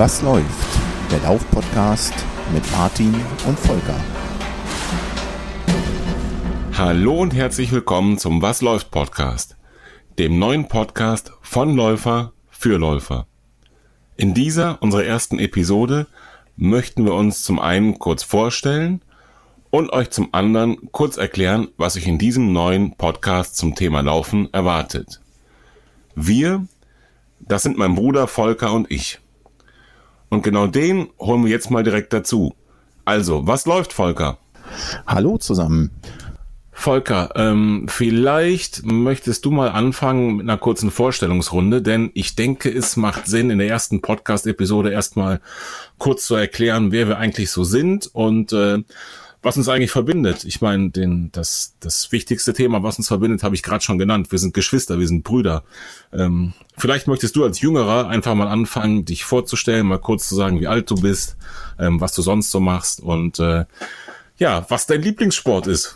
Was läuft? Der Lauf-Podcast mit Martin und Volker. Hallo und herzlich willkommen zum Was läuft Podcast, dem neuen Podcast von Läufer für Läufer. In dieser, unserer ersten Episode, möchten wir uns zum einen kurz vorstellen und euch zum anderen kurz erklären, was euch in diesem neuen Podcast zum Thema Laufen erwartet. Wir, das sind mein Bruder Volker und ich. Und genau den holen wir jetzt mal direkt dazu. Also, was läuft, Volker? Hallo zusammen. Volker, vielleicht möchtest du mal anfangen mit einer kurzen Vorstellungsrunde, denn ich denke, es macht Sinn, in der ersten Podcast-Episode erstmal kurz zu erklären, wer wir eigentlich so sind und was uns eigentlich verbindet. Ich meine, das wichtigste Thema, was uns verbindet, habe ich gerade schon genannt. Wir sind Geschwister, wir sind Brüder. Vielleicht möchtest du als Jüngerer einfach mal anfangen, dich vorzustellen, mal kurz zu sagen, wie alt du bist, was du sonst so machst und was dein Lieblingssport ist.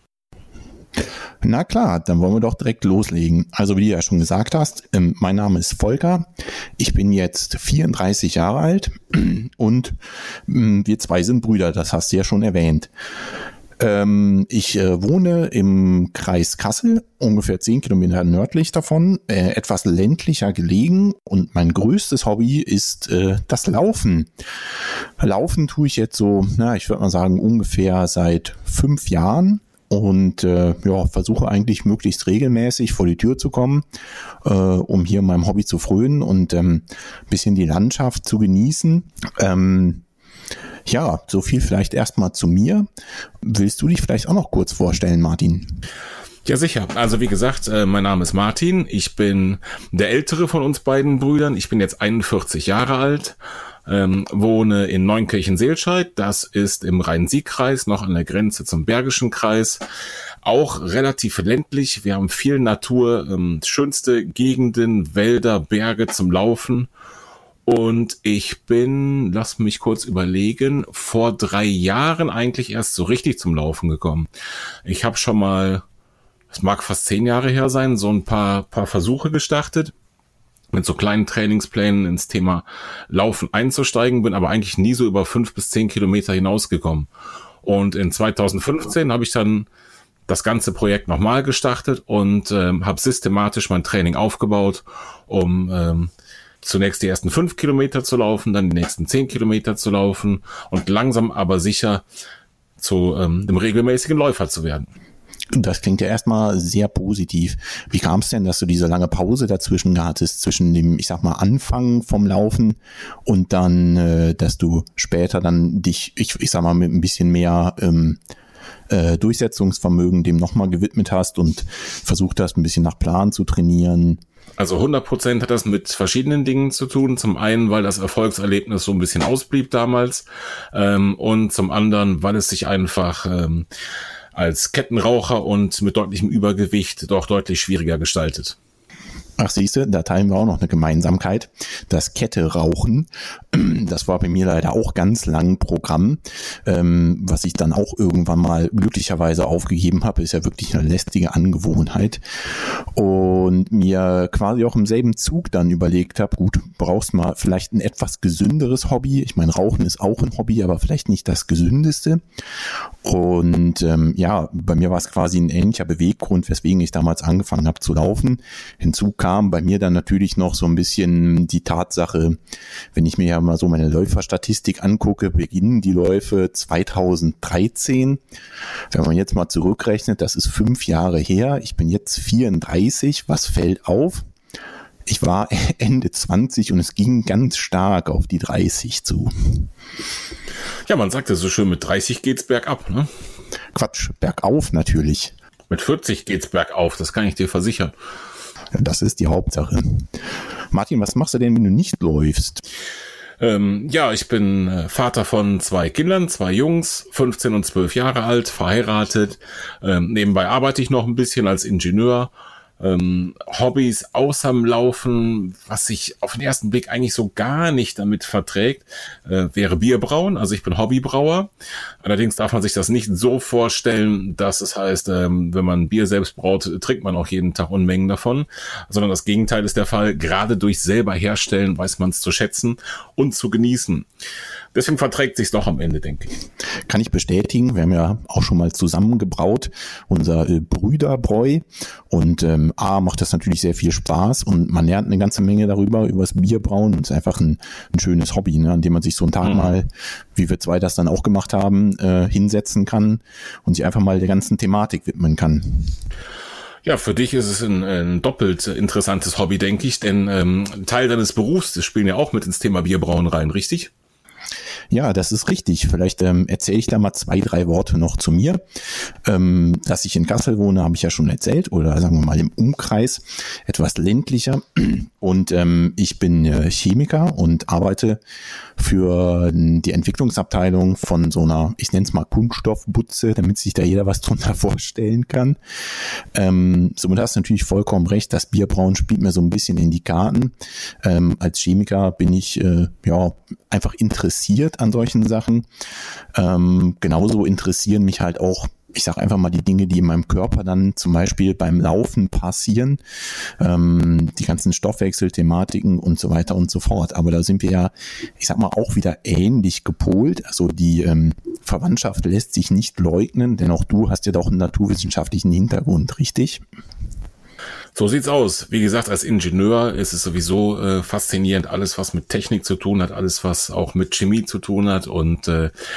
Na klar, dann wollen wir doch direkt loslegen. Also wie du ja schon gesagt hast, mein Name ist Volker. Ich bin jetzt 34 Jahre alt und wir zwei sind Brüder, das hast du ja schon erwähnt. Ich wohne im Kreis Kassel, ungefähr 10 Kilometer nördlich davon, etwas ländlicher gelegen und mein größtes Hobby ist das Laufen. Laufen tue ich jetzt so, ich würde mal sagen, ungefähr seit 5 Jahren. Und versuche eigentlich möglichst regelmäßig vor die Tür zu kommen, um hier meinem Hobby zu frönen und bisschen die Landschaft zu genießen. So viel vielleicht erstmal zu mir. Willst du dich vielleicht auch noch kurz vorstellen, Martin? Ja, sicher. Also wie gesagt, mein Name ist Martin. Ich bin der ältere von uns beiden Brüdern. Ich bin jetzt 41 Jahre alt. Wohne in Neunkirchen-Seelscheid, das ist im Rhein-Sieg-Kreis, noch an der Grenze zum Bergischen Kreis, auch relativ ländlich, wir haben viel Natur, schönste Gegenden, Wälder, Berge zum Laufen und ich bin, lass mich kurz überlegen, vor 3 Jahren eigentlich erst so richtig zum Laufen gekommen. Ich habe schon mal, es mag fast 10 Jahre her sein, so ein paar Versuche gestartet, mit so kleinen Trainingsplänen ins Thema Laufen einzusteigen, bin aber eigentlich nie so über 5 bis 10 Kilometer hinausgekommen. Und in 2015 habe ich dann das ganze Projekt nochmal gestartet und habe systematisch mein Training aufgebaut, um zunächst die ersten 5 Kilometer zu laufen, dann die nächsten 10 Kilometer zu laufen und langsam aber sicher zu einem regelmäßigen Läufer zu werden. Das klingt ja erstmal sehr positiv. Wie kam es denn, dass du diese lange Pause dazwischen hattest, zwischen dem, ich sag mal, Anfang vom Laufen und dann, dass du später dann dich, ich sag mal, mit ein bisschen mehr Durchsetzungsvermögen dem nochmal gewidmet hast und versucht hast, ein bisschen nach Plan zu trainieren? Also 100% hat das mit verschiedenen Dingen zu tun. Zum einen, weil das Erfolgserlebnis so ein bisschen ausblieb damals und zum anderen, weil es sich einfach als Kettenraucher und mit deutlichem Übergewicht doch deutlich schwieriger gestaltet. Ach siehste, da teilen wir auch noch eine Gemeinsamkeit. Das Kette-Rauchen, das war bei mir leider auch ganz lang Programm, was ich dann auch irgendwann mal glücklicherweise aufgegeben habe, ist ja wirklich eine lästige Angewohnheit. Und mir quasi auch im selben Zug dann überlegt habe, gut, brauchst mal vielleicht ein etwas gesünderes Hobby. Ich meine, Rauchen ist auch ein Hobby, aber vielleicht nicht das gesündeste. Und bei mir war es quasi ein ähnlicher Beweggrund, weswegen ich damals angefangen habe zu laufen. Hinzu kam bei mir dann natürlich noch so ein bisschen die Tatsache, wenn ich mir ja mal so meine Läuferstatistik angucke, beginnen die Läufe 2013. Wenn man jetzt mal zurückrechnet, das ist 5 Jahre her. Ich bin jetzt 34. Was fällt auf? Ich war Ende 20 und es ging ganz stark auf die 30 zu. Ja, man sagt ja so schön, mit 30 geht's bergab, ne? Quatsch, bergauf natürlich. Mit 40 geht's bergauf, das kann ich dir versichern. Das ist die Hauptsache. Martin, was machst du denn, wenn du nicht läufst? Ich bin Vater von 2 Kindern, 2 Jungs, 15 und 12 Jahre alt, verheiratet. Nebenbei arbeite ich noch ein bisschen als Ingenieur. Hobbys außerm Laufen, was sich auf den ersten Blick eigentlich so gar nicht damit verträgt, wäre Bierbrauen. Also ich bin Hobbybrauer. Allerdings darf man sich das nicht so vorstellen, dass es heißt, wenn man Bier selbst braut, trinkt man auch jeden Tag Unmengen davon, sondern das Gegenteil ist der Fall. Gerade durch selber herstellen weiß man es zu schätzen und zu genießen. Deswegen verträgt sich's doch am Ende, denke ich. Kann ich bestätigen. Wir haben ja auch schon mal zusammen gebraut, unser Brüderbräu. Und macht das natürlich sehr viel Spaß und man lernt eine ganze Menge darüber, über das Bierbrauen. Und es ist einfach ein schönes Hobby, ne, an dem man sich so einen Tag mal, wie wir zwei das dann auch gemacht haben, hinsetzen kann und sich einfach mal der ganzen Thematik widmen kann. Ja, für dich ist es ein doppelt interessantes Hobby, denke ich, denn Teil deines Berufs, das spielen ja auch mit ins Thema Bierbrauen rein, richtig? Ja, das ist richtig. Vielleicht erzähle ich da mal 2, 3 Worte noch zu mir. Dass ich in Kassel wohne, habe ich ja schon erzählt, oder sagen wir mal im Umkreis, etwas ländlicher. Und ich bin Chemiker und arbeite für die Entwicklungsabteilung von so einer, ich nenne es mal Kunststoffbutze, damit sich da jeder was drunter vorstellen kann. Somit hast du natürlich vollkommen recht, das Bierbrauen spielt mir so ein bisschen in die Karten. Als Chemiker bin ich einfach interessiert an solchen Sachen. Genauso interessieren mich halt auch, ich sage einfach mal, die Dinge, die in meinem Körper dann zum Beispiel beim Laufen passieren, die ganzen Stoffwechselthematiken und so weiter und so fort. Aber da sind wir ja, ich sag mal, auch wieder ähnlich gepolt. Also die Verwandtschaft lässt sich nicht leugnen, denn auch du hast ja doch einen naturwissenschaftlichen Hintergrund, richtig? So sieht's aus. Wie gesagt, als Ingenieur ist es sowieso faszinierend, alles was mit Technik zu tun hat, alles was auch mit Chemie zu tun hat, und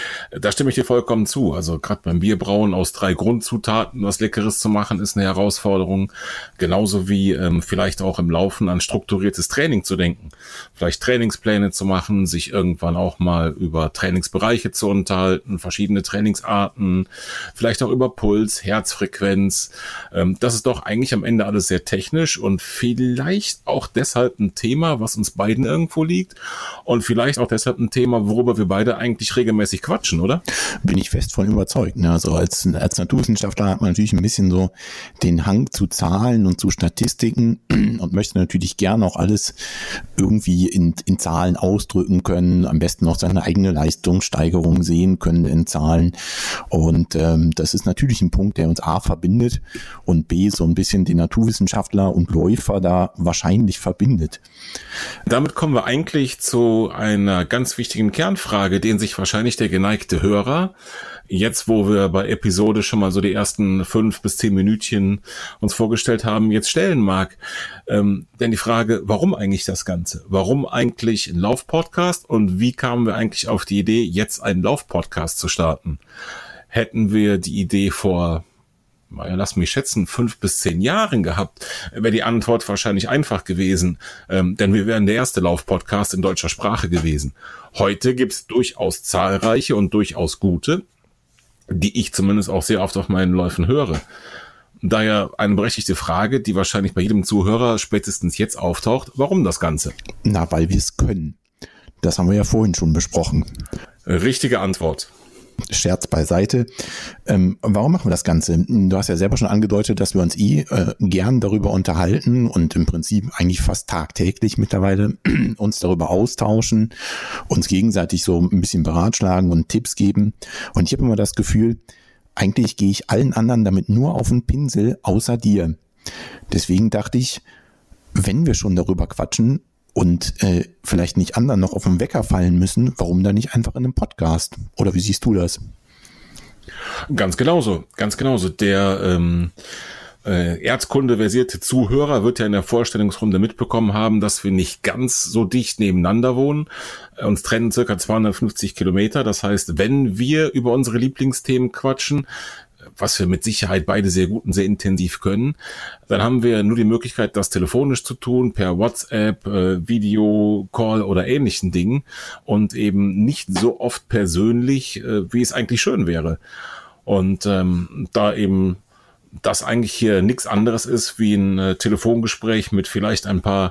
da stimme ich dir vollkommen zu. Also gerade beim Bierbrauen aus 3 Grundzutaten was Leckeres zu machen, ist eine Herausforderung. Genauso wie vielleicht auch im Laufen an strukturiertes Training zu denken. Vielleicht Trainingspläne zu machen, sich irgendwann auch mal über Trainingsbereiche zu unterhalten, verschiedene Trainingsarten, vielleicht auch über Puls, Herzfrequenz. Das ist doch eigentlich am Ende alles sehr technisch und vielleicht auch deshalb ein Thema, was uns beiden irgendwo liegt, und vielleicht auch deshalb ein Thema, worüber wir beide eigentlich regelmäßig quatschen, oder? Bin ich fest von überzeugt. Ne? Also als Naturwissenschaftler hat man natürlich ein bisschen so den Hang zu Zahlen und zu Statistiken und möchte natürlich gerne auch alles irgendwie in Zahlen ausdrücken können, am besten auch seine eigene Leistungssteigerung sehen können in Zahlen, und das ist natürlich ein Punkt, der uns A verbindet und B so ein bisschen den Naturwissenschaftler und Läufer da wahrscheinlich verbindet. Damit kommen wir eigentlich zu einer ganz wichtigen Kernfrage, den sich wahrscheinlich der geneigte Hörer, jetzt wo wir bei Episode schon mal so die ersten 5 bis 10 Minütchen uns vorgestellt haben, jetzt stellen mag. Denn die Frage, warum eigentlich das Ganze? Warum eigentlich ein Lauf-Podcast und wie kamen wir eigentlich auf die Idee, jetzt einen Lauf-Podcast zu starten? Hätten wir die Idee vor, lass mich schätzen, 5 bis 10 Jahren gehabt, wäre die Antwort wahrscheinlich einfach gewesen, denn wir wären der erste Lauf-Podcast in deutscher Sprache gewesen. Heute gibt es durchaus zahlreiche und durchaus gute, die ich zumindest auch sehr oft auf meinen Läufen höre. Daher eine berechtigte Frage, die wahrscheinlich bei jedem Zuhörer spätestens jetzt auftaucht. Warum das Ganze? Na, weil wir es können. Das haben wir ja vorhin schon besprochen. Richtige Antwort. Scherz beiseite. Warum machen wir das Ganze? Du hast ja selber schon angedeutet, dass wir uns gern darüber unterhalten und im Prinzip eigentlich fast tagtäglich mittlerweile uns darüber austauschen, uns gegenseitig so ein bisschen beratschlagen und Tipps geben. Und ich habe immer das Gefühl, eigentlich gehe ich allen anderen damit nur auf den Pinsel, außer dir. Deswegen dachte ich, wenn wir schon darüber quatschen und vielleicht nicht anderen noch auf den Wecker fallen müssen, warum dann nicht einfach in einem Podcast? Oder wie siehst du das? Ganz genauso, ganz genauso. Der erzkunde-versierte Zuhörer wird ja in der Vorstellungsrunde mitbekommen haben, dass wir nicht ganz so dicht nebeneinander wohnen. Uns trennen circa 250 Kilometer. Das heißt, wenn wir über unsere Lieblingsthemen quatschen, was wir mit Sicherheit beide sehr gut und sehr intensiv können, dann haben wir nur die Möglichkeit, das telefonisch zu tun, per WhatsApp, Videocall oder ähnlichen Dingen, und eben nicht so oft persönlich, wie es eigentlich schön wäre. Und da eben das eigentlich hier nichts anderes ist wie ein Telefongespräch mit vielleicht ein paar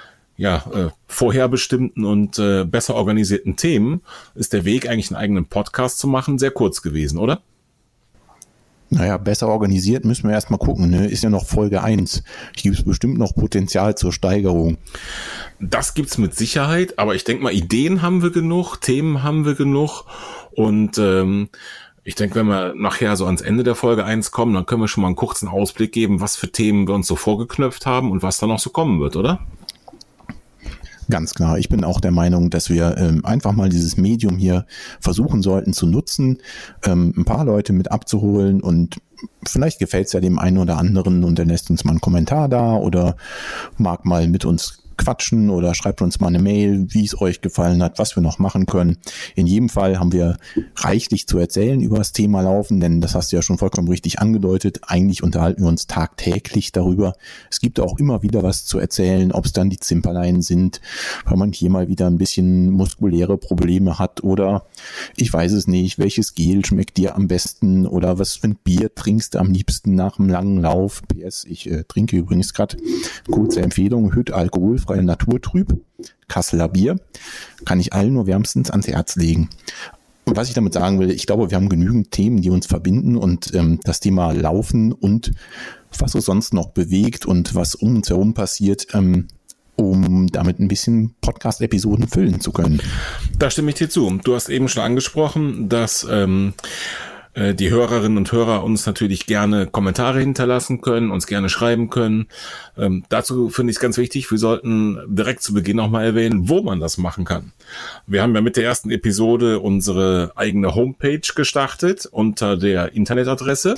vorherbestimmten und besser organisierten Themen, ist der Weg, eigentlich einen eigenen Podcast zu machen, sehr kurz gewesen, oder? Naja, besser organisiert müssen wir erstmal gucken, ne? Ist ja noch Folge 1. Hier gibt es bestimmt noch Potenzial zur Steigerung. Das gibt's mit Sicherheit, aber ich denke mal, Ideen haben wir genug, Themen haben wir genug und ich denke, wenn wir nachher so ans Ende der Folge 1 kommen, dann können wir schon mal einen kurzen Ausblick geben, was für Themen wir uns so vorgeknöpft haben und was da noch so kommen wird, oder? Ganz klar. Ich bin auch der Meinung, dass wir einfach mal dieses Medium hier versuchen sollten zu nutzen, ein paar Leute mit abzuholen und vielleicht gefällt es ja dem einen oder anderen und der lässt uns mal einen Kommentar da oder mag mal mit uns quatschen oder schreibt uns mal eine Mail, wie es euch gefallen hat, was wir noch machen können. In jedem Fall haben wir reichlich zu erzählen über das Thema Laufen, denn das hast du ja schon vollkommen richtig angedeutet. Eigentlich unterhalten wir uns tagtäglich darüber. Es gibt auch immer wieder was zu erzählen, ob es dann die Zimperlein sind, weil man hier mal wieder ein bisschen muskuläre Probleme hat oder ich weiß es nicht, welches Gel schmeckt dir am besten oder was für ein Bier trinkst du am liebsten nach einem langen Lauf. PS, ich trinke übrigens gerade, kurze Empfehlung, Hütt alkoholfrei Naturtrüb, Kasseler Bier, kann ich allen nur wärmstens ans Herz legen. Und was ich damit sagen will, ich glaube, wir haben genügend Themen, die uns verbinden und das Thema Laufen und was uns sonst noch bewegt und was um uns herum passiert, um damit ein bisschen Podcast-Episoden füllen zu können. Da stimme ich dir zu. Du hast eben schon angesprochen, dass die Hörerinnen und Hörer uns natürlich gerne Kommentare hinterlassen können, uns gerne schreiben können. Dazu finde ich es ganz wichtig, wir sollten direkt zu Beginn nochmal erwähnen, wo man das machen kann. Wir haben ja mit der ersten Episode unsere eigene Homepage gestartet unter der Internetadresse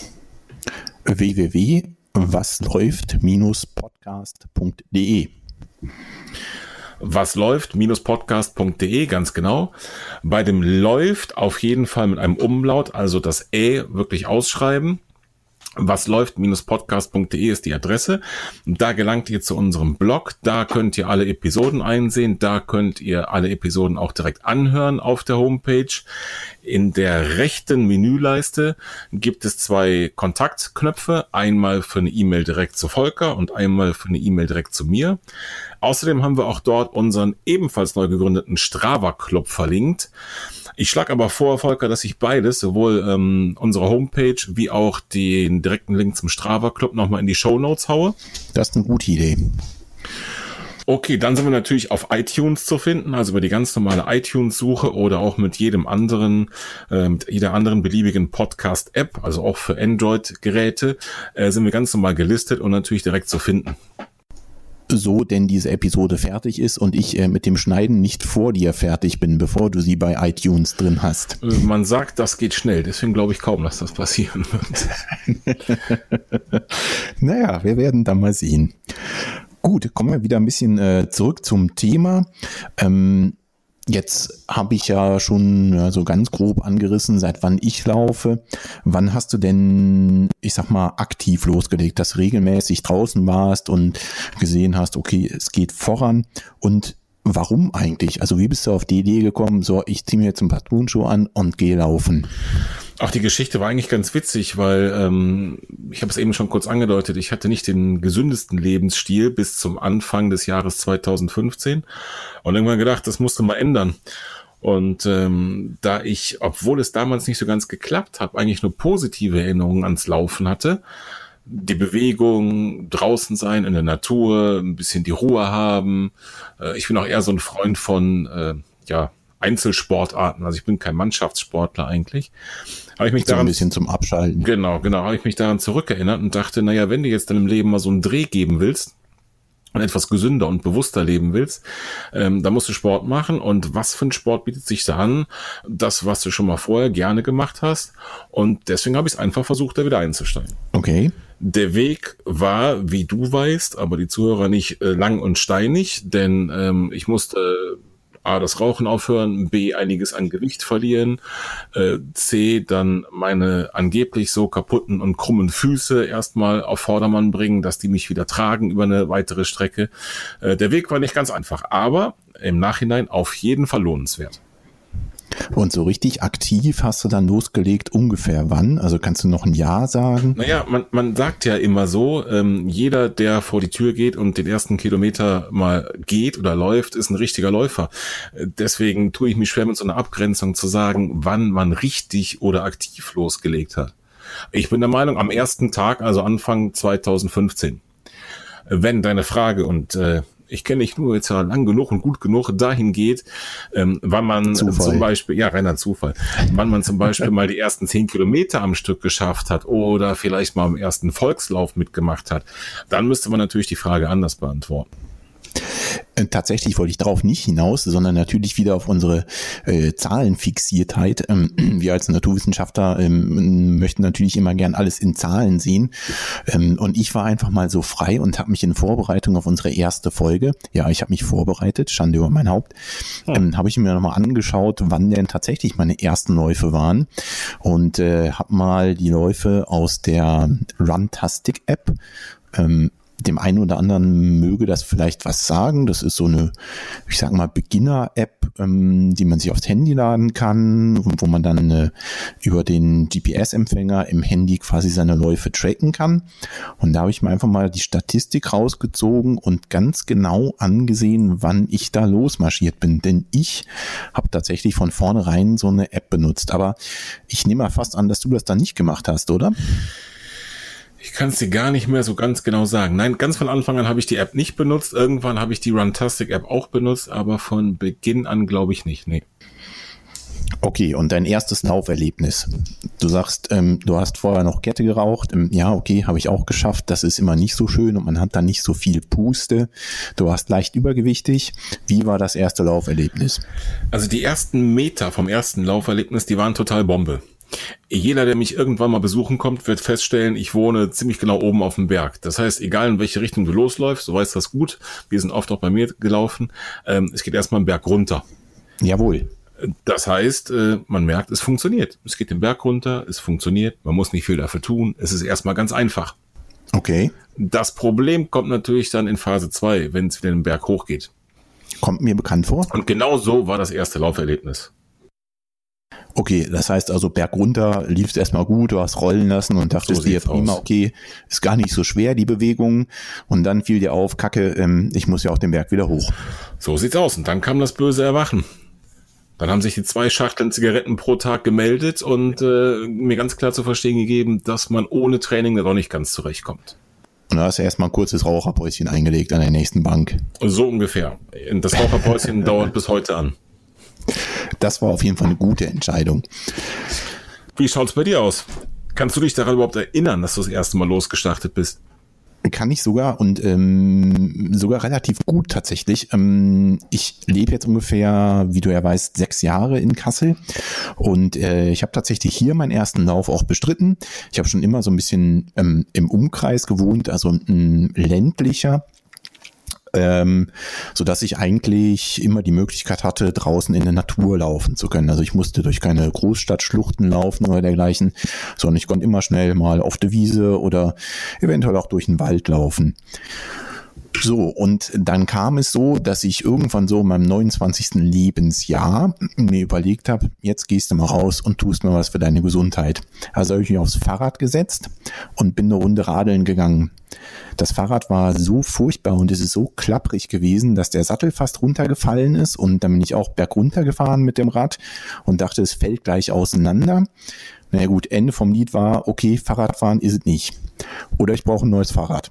www.wasläuft-podcast.de. wasläuft-podcast.de, ganz genau. Bei dem läuft auf jeden Fall mit einem Umlaut, also das wirklich ausschreiben. wasläuft-podcast.de ist die Adresse. Da gelangt ihr zu unserem Blog. Da könnt ihr alle Episoden einsehen. Da könnt ihr alle Episoden auch direkt anhören auf der Homepage. In der rechten Menüleiste gibt es 2 Kontaktknöpfe. Einmal für eine E-Mail direkt zu Volker und einmal für eine E-Mail direkt zu mir. Außerdem haben wir auch dort unseren ebenfalls neu gegründeten Strava-Club verlinkt. Ich schlage aber vor, Volker, dass ich beides, sowohl unsere Homepage wie auch den direkten Link zum Strava-Club nochmal in die Shownotes haue. Das ist eine gute Idee. Okay, dann sind wir natürlich auf iTunes zu finden, also über die ganz normale iTunes-Suche oder auch mit jedem anderen, mit jeder anderen beliebigen Podcast-App, also auch für Android-Geräte, sind wir ganz normal gelistet und natürlich direkt zu finden. So denn diese Episode fertig ist und ich mit dem Schneiden nicht vor dir fertig bin, bevor du sie bei iTunes drin hast. Man sagt, das geht schnell, deswegen glaube ich kaum, dass das passieren wird. Naja, wir werden dann mal sehen. Gut, kommen wir wieder ein bisschen zurück zum Thema. Jetzt habe ich ja schon so ganz grob angerissen, seit wann ich laufe. Wann hast du denn, ich sag mal, aktiv losgelegt, dass du regelmäßig draußen warst und gesehen hast, okay, es geht voran? Und warum eigentlich? Also wie bist du auf die Idee gekommen, so ich ziehe mir jetzt ein paar Turnschuhe an und gehe laufen? Ach, die Geschichte war eigentlich ganz witzig, weil ich habe es eben schon kurz angedeutet, ich hatte nicht den gesündesten Lebensstil bis zum Anfang des Jahres 2015 und irgendwann gedacht, das musste mal ändern. Und da ich, obwohl es damals nicht so ganz geklappt hat, eigentlich nur positive Erinnerungen ans Laufen hatte, die Bewegung, draußen sein in der Natur, ein bisschen die Ruhe haben. Ich bin auch eher so ein Freund von Einzelsportarten, also ich bin kein Mannschaftssportler eigentlich. Habe ich mich daran ein bisschen zum Abschalten. Genau, habe ich mich daran zurückerinnert und dachte, naja, wenn du jetzt deinem Leben mal so einen Dreh geben willst und etwas gesünder und bewusster leben willst, dann musst du Sport machen. Und was für ein Sport bietet sich da an? Das, was du schon mal vorher gerne gemacht hast. Und deswegen habe ich es einfach versucht, da wieder einzusteigen. Okay. Der Weg war, wie du weißt, aber die Zuhörer nicht lang und steinig, denn ich musste A, das Rauchen aufhören, B, einiges an Gewicht verlieren, C, dann meine angeblich so kaputten und krummen Füße erstmal auf Vordermann bringen, dass die mich wieder tragen über eine weitere Strecke. Der Weg war nicht ganz einfach, aber im Nachhinein auf jeden Fall lohnenswert. Und so richtig aktiv hast du dann losgelegt, ungefähr wann? Also kannst du noch ein Jahr sagen? Naja, man sagt ja immer so, jeder, der vor die Tür geht und den ersten Kilometer mal geht oder läuft, ist ein richtiger Läufer. Deswegen tue ich mich schwer mit so einer Abgrenzung zu sagen, wann man richtig oder aktiv losgelegt hat. Ich bin der Meinung, am ersten Tag, also Anfang 2015, wenn deine Frage und ich kenne dich nur jetzt ja lang genug und gut genug dahin geht, wann man zum Beispiel, ja, reiner Zufall, wann man zum Beispiel mal die ersten 10 Kilometer am Stück geschafft hat oder vielleicht mal am ersten Volkslauf mitgemacht hat, dann müsste man natürlich die Frage anders beantworten. Tatsächlich wollte ich darauf nicht hinaus, sondern natürlich wieder auf unsere Zahlenfixiertheit. Wir als Naturwissenschaftler möchten natürlich immer gern alles in Zahlen sehen. Und ich war einfach mal so frei und habe mich in Vorbereitung auf unsere erste Folge, ja, ich habe mich vorbereitet, Schande über mein Haupt, habe ich mir nochmal angeschaut, wann denn tatsächlich meine ersten Läufe waren und habe mal die Läufe aus der Runtastic-App, dem einen oder anderen möge das vielleicht was sagen. Das ist so eine, ich sag mal, Beginner-App, die man sich aufs Handy laden kann, wo man dann über den GPS-Empfänger im Handy quasi seine Läufe tracken kann. Und da habe ich mir einfach mal die Statistik rausgezogen und ganz genau angesehen, wann ich da losmarschiert bin. Denn ich habe tatsächlich von vornherein so eine App benutzt. Aber ich nehme mal fast an, dass du das da nicht gemacht hast, oder? Ich kann es dir gar nicht mehr so ganz genau sagen. Nein, ganz von Anfang an habe ich die App nicht benutzt. Irgendwann habe ich die Runtastic-App auch benutzt, aber von Beginn an glaube ich nicht, nee. Okay, und dein erstes Lauferlebnis. Du sagst, du hast vorher noch Kette geraucht. Ja, okay, habe ich auch geschafft. Das ist immer nicht so schön und man hat da nicht so viel Puste. Du warst leicht übergewichtig. Wie war das erste Lauferlebnis? Also die ersten Meter vom ersten Lauferlebnis, die waren total Bombe. Jeder, der mich irgendwann mal besuchen kommt, wird feststellen, ich wohne ziemlich genau oben auf dem Berg. Das heißt, egal in welche Richtung du losläufst, du weißt das gut. Wir sind oft auch bei mir gelaufen. Es geht erstmal einen Berg runter. Jawohl. Das heißt, man merkt, es funktioniert. Es geht den Berg runter, es funktioniert. Man muss nicht viel dafür tun. Es ist erstmal ganz einfach. Okay. Das Problem kommt natürlich dann in Phase 2, wenn es wieder den Berg hochgeht. Kommt mir bekannt vor. Und genau so war das erste Lauferlebnis. Okay, das heißt also Berg runter, liefst erstmal gut, du hast rollen lassen und dachtest So dir prima, okay, ist gar nicht so schwer, die Bewegung. Und dann fiel dir auf, Kacke, ich muss ja auch den Berg wieder hoch. So sieht's aus. Und dann kam das böse Erwachen. Dann haben sich die 2 Schachteln Zigaretten pro Tag gemeldet und mir ganz klar zu verstehen gegeben, dass man ohne Training da doch nicht ganz zurechtkommt. Und da hast du erstmal ein kurzes Raucherpäuschen eingelegt an der nächsten Bank. So ungefähr. Das Raucherpäuschen dauert bis heute an. Das war auf jeden Fall eine gute Entscheidung. Wie schaut's bei dir aus? Kannst du dich daran überhaupt erinnern, dass du das erste Mal losgestartet bist? Kann ich sogar und sogar relativ gut tatsächlich. Ich lebe jetzt ungefähr, wie du ja weißt, 6 Jahre in Kassel und ich habe tatsächlich hier meinen ersten Lauf auch bestritten. Ich habe schon immer so ein bisschen im Umkreis gewohnt, also ländlicher. So dass ich eigentlich immer die Möglichkeit hatte, draußen in der Natur laufen zu können. Also ich musste durch keine Großstadtschluchten laufen oder dergleichen, sondern ich konnte immer schnell mal auf der Wiese oder eventuell auch durch den Wald laufen. So, und dann kam es so, dass ich irgendwann so in meinem 29. Lebensjahr mir überlegt habe, jetzt gehst du mal raus und tust mal was für deine Gesundheit. Also habe ich mich aufs Fahrrad gesetzt und bin eine Runde radeln gegangen. Das Fahrrad war so furchtbar und es ist so klapprig gewesen, dass der Sattel fast runtergefallen ist und dann bin ich auch bergunter gefahren mit dem Rad und dachte, es fällt gleich auseinander. Naja gut, Ende vom Lied war, okay, Fahrradfahren ist es nicht. Oder ich brauche ein neues Fahrrad.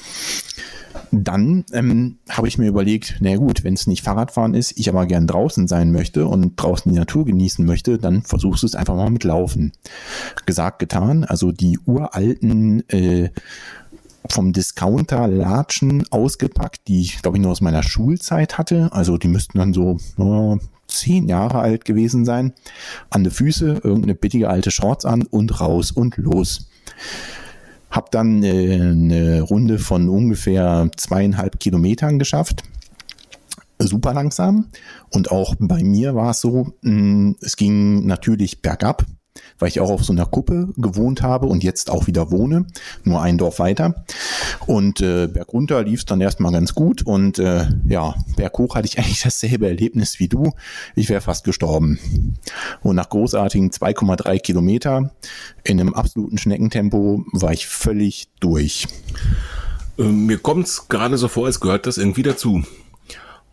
Dann habe ich mir überlegt, na gut, wenn es nicht Fahrradfahren ist, ich aber gern draußen sein möchte und draußen die Natur genießen möchte, dann versuchst du es einfach mal mit Laufen. Gesagt, getan. Also die uralten vom Discounter Latschen ausgepackt, die ich glaube ich nur aus meiner Schulzeit hatte. Also die müssten dann so 10 Jahre alt gewesen sein. An die Füße, irgendeine bittige alte Shorts an und raus und los. Hab dann eine Runde von ungefähr 2,5 Kilometern geschafft. Super langsam. Und auch bei mir war es so, es ging natürlich bergab, weil ich auch auf so einer Kuppe gewohnt habe und jetzt auch wieder wohne, nur ein Dorf weiter. Und bergunter lief es dann erstmal ganz gut und ja, berghoch hatte ich eigentlich dasselbe Erlebnis wie du. Ich wäre fast gestorben. Und nach großartigen 2,3 Kilometer in einem absoluten Schneckentempo war ich völlig durch. Mir kommt es gerade so vor, als gehört das irgendwie dazu.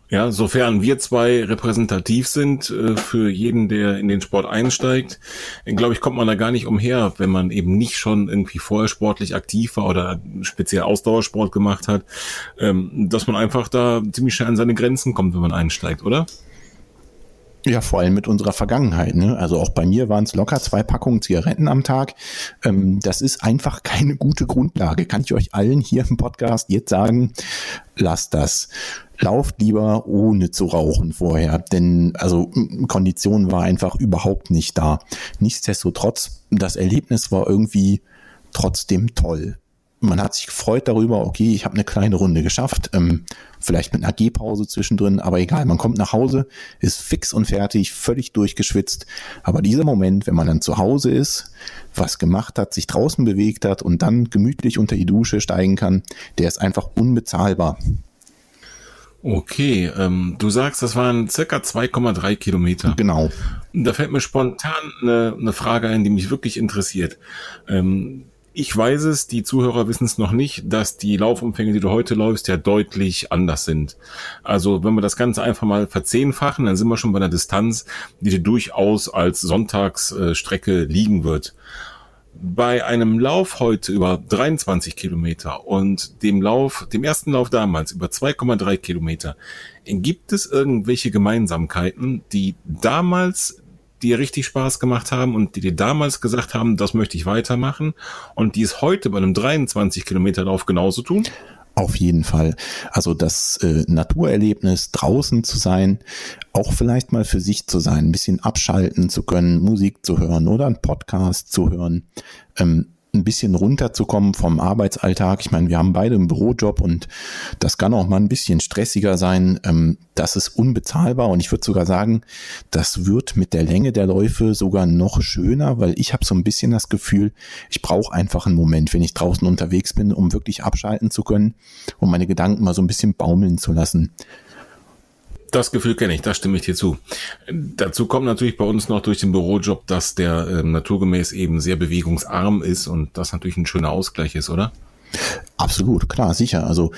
Ja, sofern wir zwei repräsentativ sind für jeden, der in den Sport einsteigt, glaube ich, kommt man da gar nicht umher, wenn man eben nicht schon irgendwie vorher sportlich aktiv war oder speziell Ausdauersport gemacht hat, dass man einfach da ziemlich schnell an seine Grenzen kommt, wenn man einsteigt, oder? Ja, vor allem mit unserer Vergangenheit, ne? Also auch bei mir waren es locker 2 Packungen Zigaretten am Tag. Das ist einfach keine gute Grundlage. Kann ich euch allen hier im Podcast jetzt sagen, lasst das. Lauft lieber ohne zu rauchen vorher, denn also Kondition war einfach überhaupt nicht da. Nichtsdestotrotz, das Erlebnis war irgendwie trotzdem toll. Man hat sich gefreut darüber, okay, ich habe eine kleine Runde geschafft, vielleicht mit einer Gehpause zwischendrin, aber egal, man kommt nach Hause, ist fix und fertig, völlig durchgeschwitzt, aber dieser Moment, wenn man dann zu Hause ist, was gemacht hat, sich draußen bewegt hat und dann gemütlich unter die Dusche steigen kann, der ist einfach unbezahlbar. Okay, du sagst, das waren circa 2,3 Kilometer. Genau. Da fällt mir spontan eine Frage ein, die mich wirklich interessiert. Ich weiß es, die Zuhörer wissen es noch nicht, dass die Laufumfänge, die du heute läufst, ja deutlich anders sind. Also wenn wir das Ganze einfach mal verzehnfachen, dann sind wir schon bei einer Distanz, die dir durchaus als Sonntagsstrecke liegen wird. Bei einem Lauf heute über 23 Kilometer und dem ersten Lauf damals über 2,3 Kilometer, gibt es irgendwelche Gemeinsamkeiten, die damals dir richtig Spaß gemacht haben und die dir damals gesagt haben, das möchte ich weitermachen und die es heute bei einem 23 Kilometer Lauf genauso tun? Auf jeden Fall. Also das Naturerlebnis, draußen zu sein, auch vielleicht mal für sich zu sein, ein bisschen abschalten zu können, Musik zu hören oder einen Podcast zu hören, ein bisschen runterzukommen vom Arbeitsalltag. Ich meine, wir haben beide einen Bürojob und das kann auch mal ein bisschen stressiger sein. Das ist unbezahlbar und ich würde sogar sagen, das wird mit der Länge der Läufe sogar noch schöner, weil ich habe so ein bisschen das Gefühl, ich brauche einfach einen Moment, wenn ich draußen unterwegs bin, um wirklich abschalten zu können, um meine Gedanken mal so ein bisschen baumeln zu lassen. Das Gefühl kenne ich, da stimme ich dir zu. Dazu kommt natürlich bei uns noch durch den Bürojob, dass der naturgemäß eben sehr bewegungsarm ist und das natürlich ein schöner Ausgleich ist, oder? Absolut, klar, sicher. Also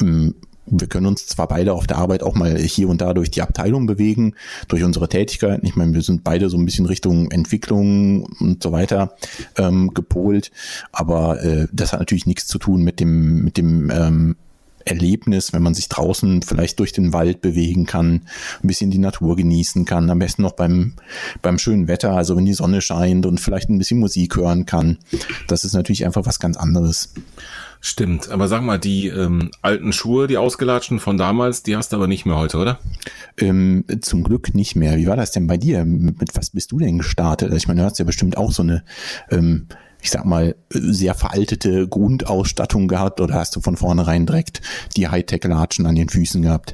wir können uns zwar beide auf der Arbeit auch mal hier und da durch die Abteilung bewegen, durch unsere Tätigkeiten. Ich meine, wir sind beide so ein bisschen Richtung Entwicklung und so weiter gepolt, aber das hat natürlich nichts zu tun mit dem Erlebnis, wenn man sich draußen vielleicht durch den Wald bewegen kann, ein bisschen die Natur genießen kann, am besten noch beim schönen Wetter, also wenn die Sonne scheint und vielleicht ein bisschen Musik hören kann. Das ist natürlich einfach was ganz anderes. Stimmt, aber sag mal, die alten Schuhe, die ausgelatschten von damals, die hast du aber nicht mehr heute, oder? Zum Glück nicht mehr. Wie war das denn bei dir? Mit was bist du denn gestartet? Also ich meine, du hast ja bestimmt auch so eine ich sag mal, sehr veraltete Grundausstattung gehabt oder hast du von vornherein direkt die Hightech-Latschen an den Füßen gehabt?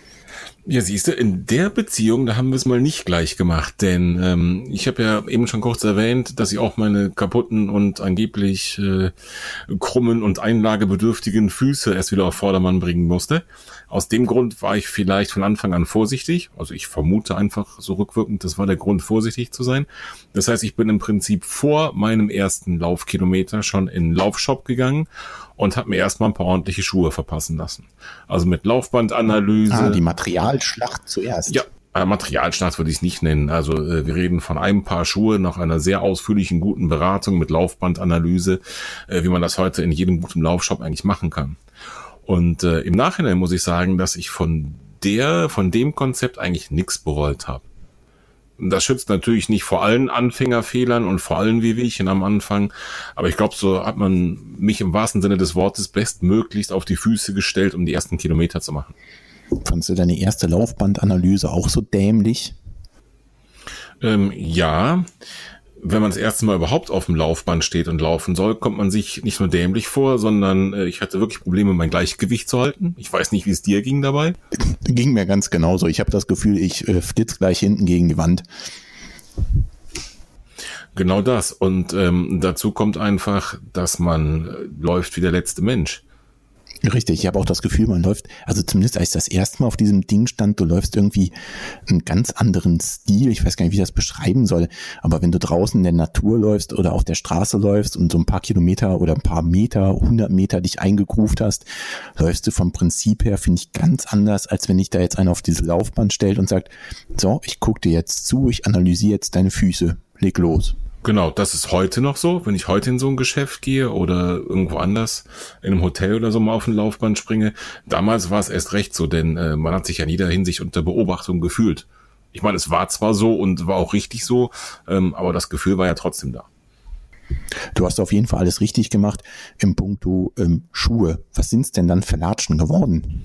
Ja, siehst du, in der Beziehung, da haben wir es mal nicht gleich gemacht, denn ich habe ja eben schon kurz erwähnt, dass ich auch meine kaputten und angeblich krummen und einlagebedürftigen Füße erst wieder auf Vordermann bringen musste. Aus dem Grund war ich vielleicht von Anfang an vorsichtig, also ich vermute einfach so rückwirkend, das war der Grund, vorsichtig zu sein. Das heißt, ich bin im Prinzip vor meinem ersten Laufkilometer schon in den Laufshop gegangen und habe mir erstmal ein paar ordentliche Schuhe verpassen lassen. Also mit Laufbandanalyse. Die Materialschlacht zuerst. Ja, Materialschlacht würde ich es nicht nennen. Also wir reden von einem Paar Schuhe nach einer sehr ausführlichen, guten Beratung mit Laufbandanalyse, wie man das heute in jedem guten Laufshop eigentlich machen kann. Und im Nachhinein muss ich sagen, dass ich von dem Konzept eigentlich nichts bereut habe. Das schützt natürlich nicht vor allen Anfängerfehlern und vor allen Wehwehchen am Anfang. Aber ich glaube, so hat man mich im wahrsten Sinne des Wortes bestmöglichst auf die Füße gestellt, um die ersten Kilometer zu machen. Fandst du deine erste Laufbandanalyse auch so dämlich? Ja. Wenn man das erste Mal überhaupt auf dem Laufband steht und laufen soll, kommt man sich nicht nur dämlich vor, sondern ich hatte wirklich Probleme, mein Gleichgewicht zu halten. Ich weiß nicht, wie es dir ging dabei. Ging mir ganz genauso. Ich habe das Gefühl, ich flitze gleich hinten gegen die Wand. Genau das. Und dazu kommt einfach, dass man läuft wie der letzte Mensch. Richtig, ich habe auch das Gefühl, man läuft, also zumindest als ich das erste Mal auf diesem Ding stand, du läufst irgendwie einen ganz anderen Stil, ich weiß gar nicht, wie ich das beschreiben soll, aber wenn du draußen in der Natur läufst oder auf der Straße läufst und so ein paar Kilometer oder ein paar Meter, 100 Meter dich eingegroovt hast, läufst du vom Prinzip her, finde ich, ganz anders, als wenn dich da jetzt einer auf diese Laufbahn stellt und sagt, so, ich gucke dir jetzt zu, ich analysiere jetzt deine Füße, leg los. Genau, das ist heute noch so. Wenn ich heute in so ein Geschäft gehe oder irgendwo anders in einem Hotel oder so mal auf ein Laufband springe, damals war es erst recht so, denn man hat sich ja in jeder Hinsicht unter Beobachtung gefühlt. Ich meine, es war zwar so und war auch richtig so, aber das Gefühl war ja trotzdem da. Du hast auf jeden Fall alles richtig gemacht im Punkto Schuhe. Was sind's denn dann für Latschen geworden?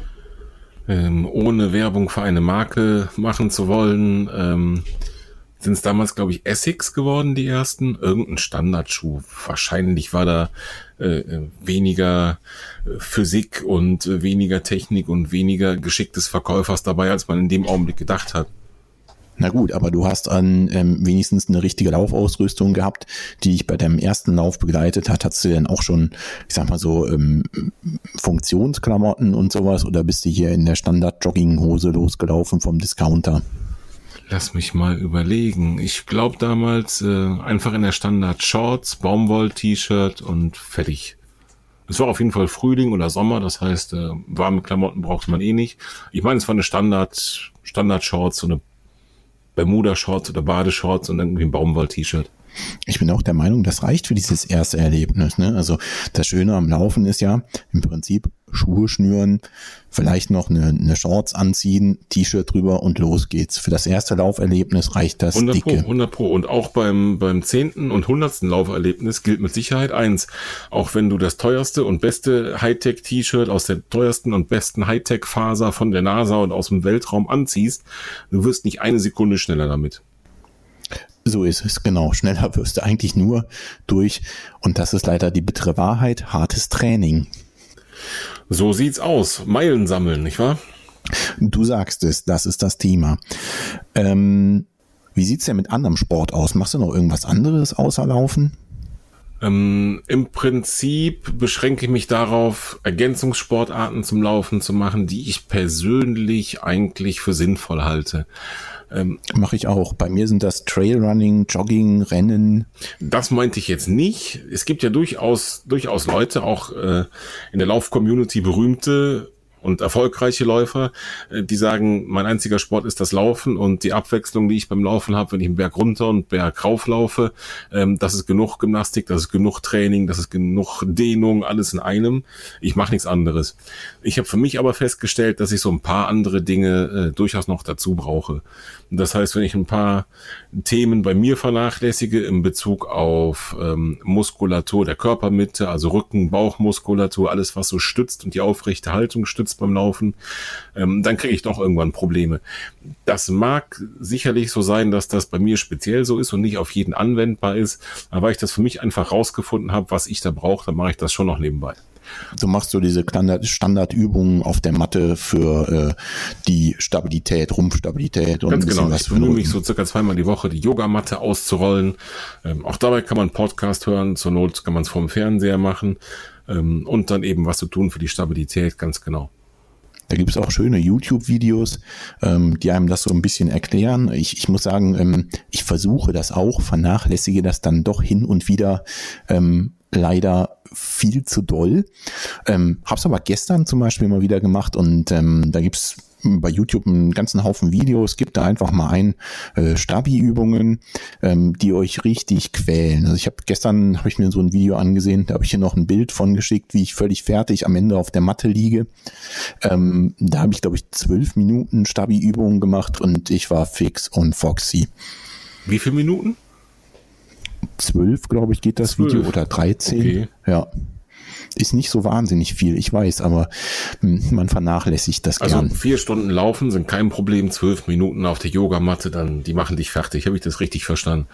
Ohne Werbung für eine Marke machen zu wollen, sind es damals, glaube ich, Essex geworden, die ersten. Irgendein Standardschuh. Wahrscheinlich war da weniger Physik und weniger Technik und weniger Geschick des Verkäufers dabei, als man in dem Augenblick gedacht hat. Na gut, aber du hast an wenigstens eine richtige Laufausrüstung gehabt, die dich bei deinem ersten Lauf begleitet hat. Hattest du denn auch schon, ich sag mal so, Funktionsklamotten und sowas, oder bist du hier in der Standard-Jogginghose losgelaufen vom Discounter? Lass mich mal überlegen. Ich glaube damals einfach in der Standard-Shorts, Baumwoll-T-Shirt und fertig. Es war auf jeden Fall Frühling oder Sommer, das heißt, warme Klamotten brauchte man eh nicht. Ich meine, es war eine Standard-Shorts, so eine Bermuda-Shorts oder Badeshorts und irgendwie ein Baumwoll-T-Shirt. Ich bin auch der Meinung, das reicht für dieses erste Erlebnis, ne? Also das Schöne am Laufen ist ja im Prinzip Schuhe schnüren, vielleicht noch eine Shorts anziehen, T-Shirt drüber und los geht's. Für das erste Lauferlebnis reicht das 100 dicke. 100 Pro. Und auch beim 10. und 100. Lauferlebnis gilt mit Sicherheit eins. Auch wenn du das teuerste und beste Hightech-T-Shirt aus der teuersten und besten Hightech-Faser von der NASA und aus dem Weltraum anziehst, du wirst nicht eine Sekunde schneller damit. So ist es, genau. Schneller wirst du eigentlich nur durch, und das ist leider die bittere Wahrheit, hartes Training. So sieht's aus. Meilen sammeln, nicht wahr? Du sagst es, das ist das Thema. Wie sieht's denn mit anderem Sport aus? Machst du noch irgendwas anderes außer Laufen? Im Prinzip beschränke ich mich darauf, Ergänzungssportarten zum Laufen zu machen, die ich persönlich eigentlich für sinnvoll halte. Mache ich auch. Bei mir sind das Trailrunning, Jogging, Rennen. Das meinte ich jetzt nicht. Es gibt ja durchaus Leute, auch in der Lauf-Community berühmte und erfolgreiche Läufer, die sagen, mein einziger Sport ist das Laufen und die Abwechslung, die ich beim Laufen habe, wenn ich einen Berg runter und Berg rauf laufe, das ist genug Gymnastik, das ist genug Training, das ist genug Dehnung, alles in einem. Ich mache nichts anderes. Ich habe für mich aber festgestellt, dass ich so ein paar andere Dinge durchaus noch dazu brauche. Das heißt, wenn ich ein paar Themen bei mir vernachlässige in Bezug auf Muskulatur der Körpermitte, also Rücken, Bauchmuskulatur, alles was so stützt und die aufrechte Haltung stützt beim Laufen, dann kriege ich doch irgendwann Probleme. Das mag sicherlich so sein, dass das bei mir speziell so ist und nicht auf jeden anwendbar ist, aber weil ich das für mich einfach rausgefunden habe, was ich da brauche, dann mache ich das schon noch nebenbei. So machst du diese Standardübungen auf der Matte für die Stabilität, Rumpfstabilität und ganz ein bisschen genau. was Ich für bemühe mich so circa 2-mal die Woche, die Yogamatte auszurollen. Auch dabei kann man einen Podcast hören, zur Not kann man es vorm Fernseher machen und dann eben was zu tun für die Stabilität, ganz genau. Da gibt es auch schöne YouTube-Videos, die einem das so ein bisschen erklären. Ich muss sagen, ich versuche das auch, vernachlässige das dann doch hin und wieder leider viel zu doll. Hab's aber gestern zum Beispiel mal wieder gemacht und da gibt's bei YouTube einen ganzen Haufen Videos. Gibt da einfach mal ein Stabi-Übungen, die euch richtig quälen. Also gestern habe ich mir so ein Video angesehen, da habe ich hier noch ein Bild von geschickt, wie ich völlig fertig am Ende auf der Matte liege. Da habe ich, glaube ich, 12 Minuten Stabi-Übungen gemacht und ich war fix und foxy. Wie viele Minuten? 12, glaube ich, geht das 12. Video oder 13. Okay. Ja. Ist nicht so wahnsinnig viel, ich weiß, aber man vernachlässigt das gern. Also 4 Stunden laufen sind kein Problem, 12 Minuten auf der Yogamatte, dann die machen dich fertig. Habe ich das richtig verstanden?